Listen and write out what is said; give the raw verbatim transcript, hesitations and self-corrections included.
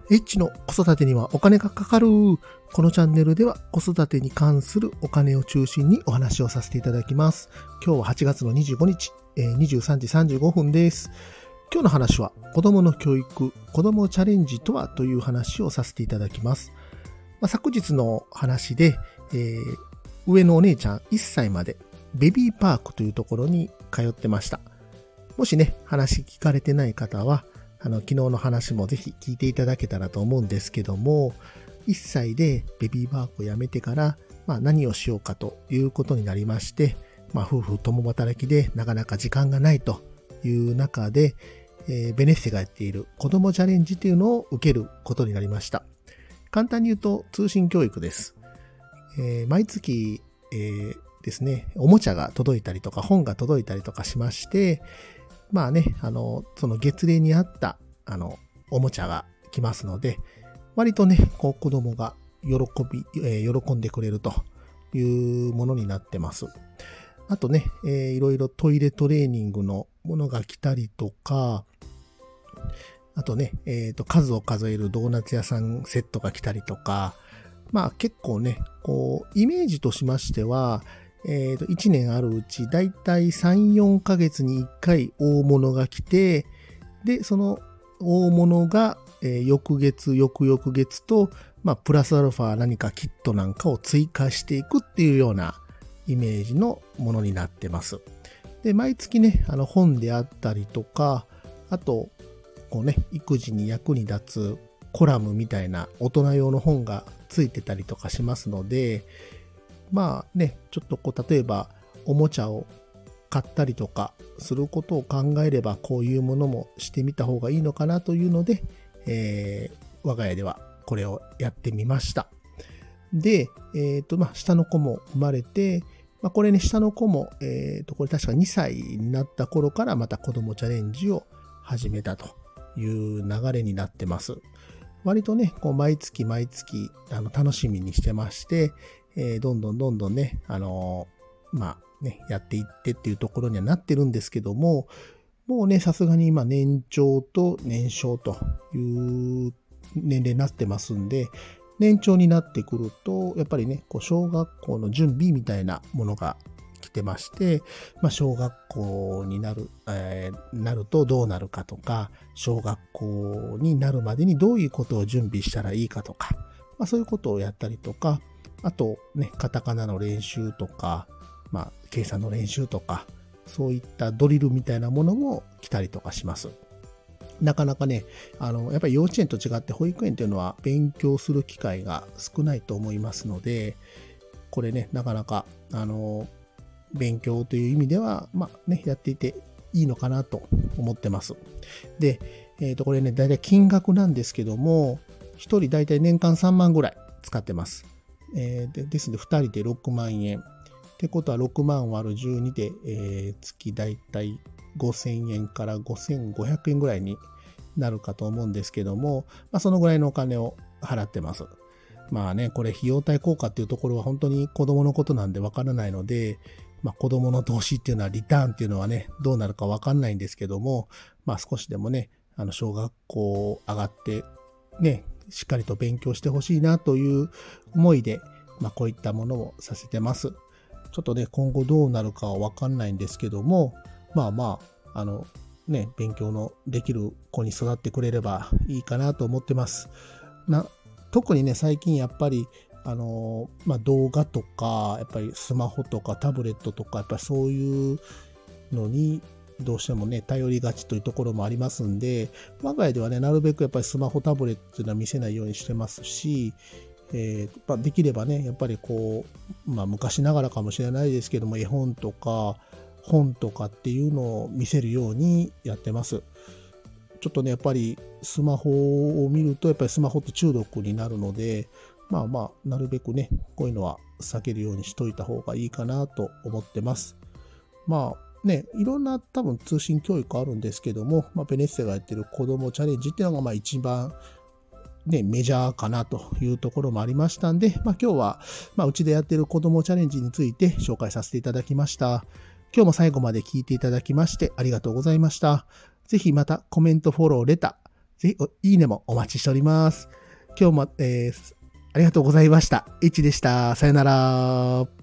H の子育てにはお金がかかる。このチャンネルでは子育てに関するお金を中心にお話をさせていただきます。今日ははちがつのにじゅうごにち、にじゅうさんじさんじゅうごふんです。今日の話は子供の教育、子供チャレンジとはという話をさせていただきます。まあ、昨日の話で、えー、上のお姉ちゃんいっさいまでベビーパークというところに通ってました。もしね、話聞かれてない方は、あの、昨日の話もぜひ聞いていただけたらと思うんですけども、いっさいでベビーパークを辞めてから、まあ何をしようかということになりまして、まあ夫婦共働きでなかなか時間がないという中で、えー、ベネッセがやっている子供チャレンジというのを受けることになりました。簡単に言うと通信教育です。えー、毎月、えー、ですね、おもちゃが届いたりとか本が届いたりとかしまして、まあね、あの、その月齢に合った、あの、おもちゃが来ますので、割とね、こう子供が喜び、えー、喜んでくれるというものになってます。あとね、えー、いろいろトイレトレーニングのものが来たりとか、あとね、えっと、数を数えるドーナツ屋さんセットが来たりとか、まあ結構ね、こう、イメージとしましては、えっと、いちねんあるうち、だいたいさん、よんかげつにいっかい大物が来て、で、その大物が、えー、翌月、翌々月と、まあ、プラスアルファ何かキットなんかを追加していくっていうようなイメージのものになってます。で、毎月ね、あの本であったりとか、あと、こうね、育児に役に立つコラムみたいな大人用の本がついてたりとかしますので、まあね、ちょっとこう、例えばおもちゃを買ったりとかすることを考えれば、こういうものもしてみた方がいいのかなというので、えー、我が家ではこれをやってみました。で、えっと、まあ、下の子も生まれて、まあ、これね、下の子も、えっと、これ確かにさいになった頃からまた子供チャレンジを始めたという流れになってます。割とね、こう毎月毎月あの楽しみにしてまして、えー、どんどんどんどんね、あのー、まあね、やっていってっていうところにはなってるんですけども、もうね、さすがに今年長と年少という年齢になってますんで、年長になってくると、やっぱりね、こう小学校の準備みたいなものが来てまして、まあ、小学校になる、えー、なるとどうなるかとか、小学校になるまでにどういうことを準備したらいいかとか、まあ、そういうことをやったりとか、あとね、カタカナの練習とか、まあ、計算の練習とか、そういったドリルみたいなものも来たりとかします。なかなかね、あの、やっぱり幼稚園と違って保育園というのは勉強する機会が少ないと思いますので、これね、なかなか、あの、勉強という意味では、まあね、やっていていいのかなと思ってます。で、えっと、これね、だいたい金額なんですけども、ひとりだいたい年間さんまんぐらい使ってます。えー、でですので、ふたりでろくまんえん。ってことはろくまん割るじゅうにで、えー、月だいたいごせんえんからごせんごひゃくえんぐらいになるかと思うんですけども、まあ、そのぐらいのお金を払ってます。まあね、これ費用対効果っていうところは本当に子供のことなんでわからないので、まあ、子供の投資っていうのはリターンっていうのはね、どうなるかわかんないんですけども、まあ少しでもね、あの小学校上がってね、しっかりと勉強してほしいなという思いで、まあこういったものをさせてます。ちょっとね、今後どうなるかはわかんないんですけども、まあまあ、あのね、勉強のできる子に育ってくれればいいかなと思ってます。な、特にね、最近やっぱりあの、まあ、動画とか、やっぱりスマホとかタブレットとか、やっぱりそういうのにどうしてもね、頼りがちというところもありますんで、我が家ではね、なるべくやっぱりスマホ、タブレットというのは見せないようにしてますし、えーまあ、できればね、やっぱりこう、まあ、昔ながらかもしれないですけども、絵本とか本とかっていうのを見せるようにやってます。ちょっとね、やっぱりスマホを見ると、やっぱりスマホって中毒になるので、まあまあ、なるべくね、こういうのは避けるようにしといた方がいいかなと思ってます。まあね、いろんな多分通信教育あるんですけども、まあ、ベネッセがやってる子供チャレンジっていうのがまあ一番ね、メジャーかなというところもありましたんで、まあ今日は、まあうちでやってる子供チャレンジについて紹介させていただきました。今日も最後まで聞いていただきましてありがとうございました。ぜひまたコメント、フォロー、レター、 ぜひ、いいねもお待ちしております。今日も、えー、ありがとうございました。H でした。さよなら。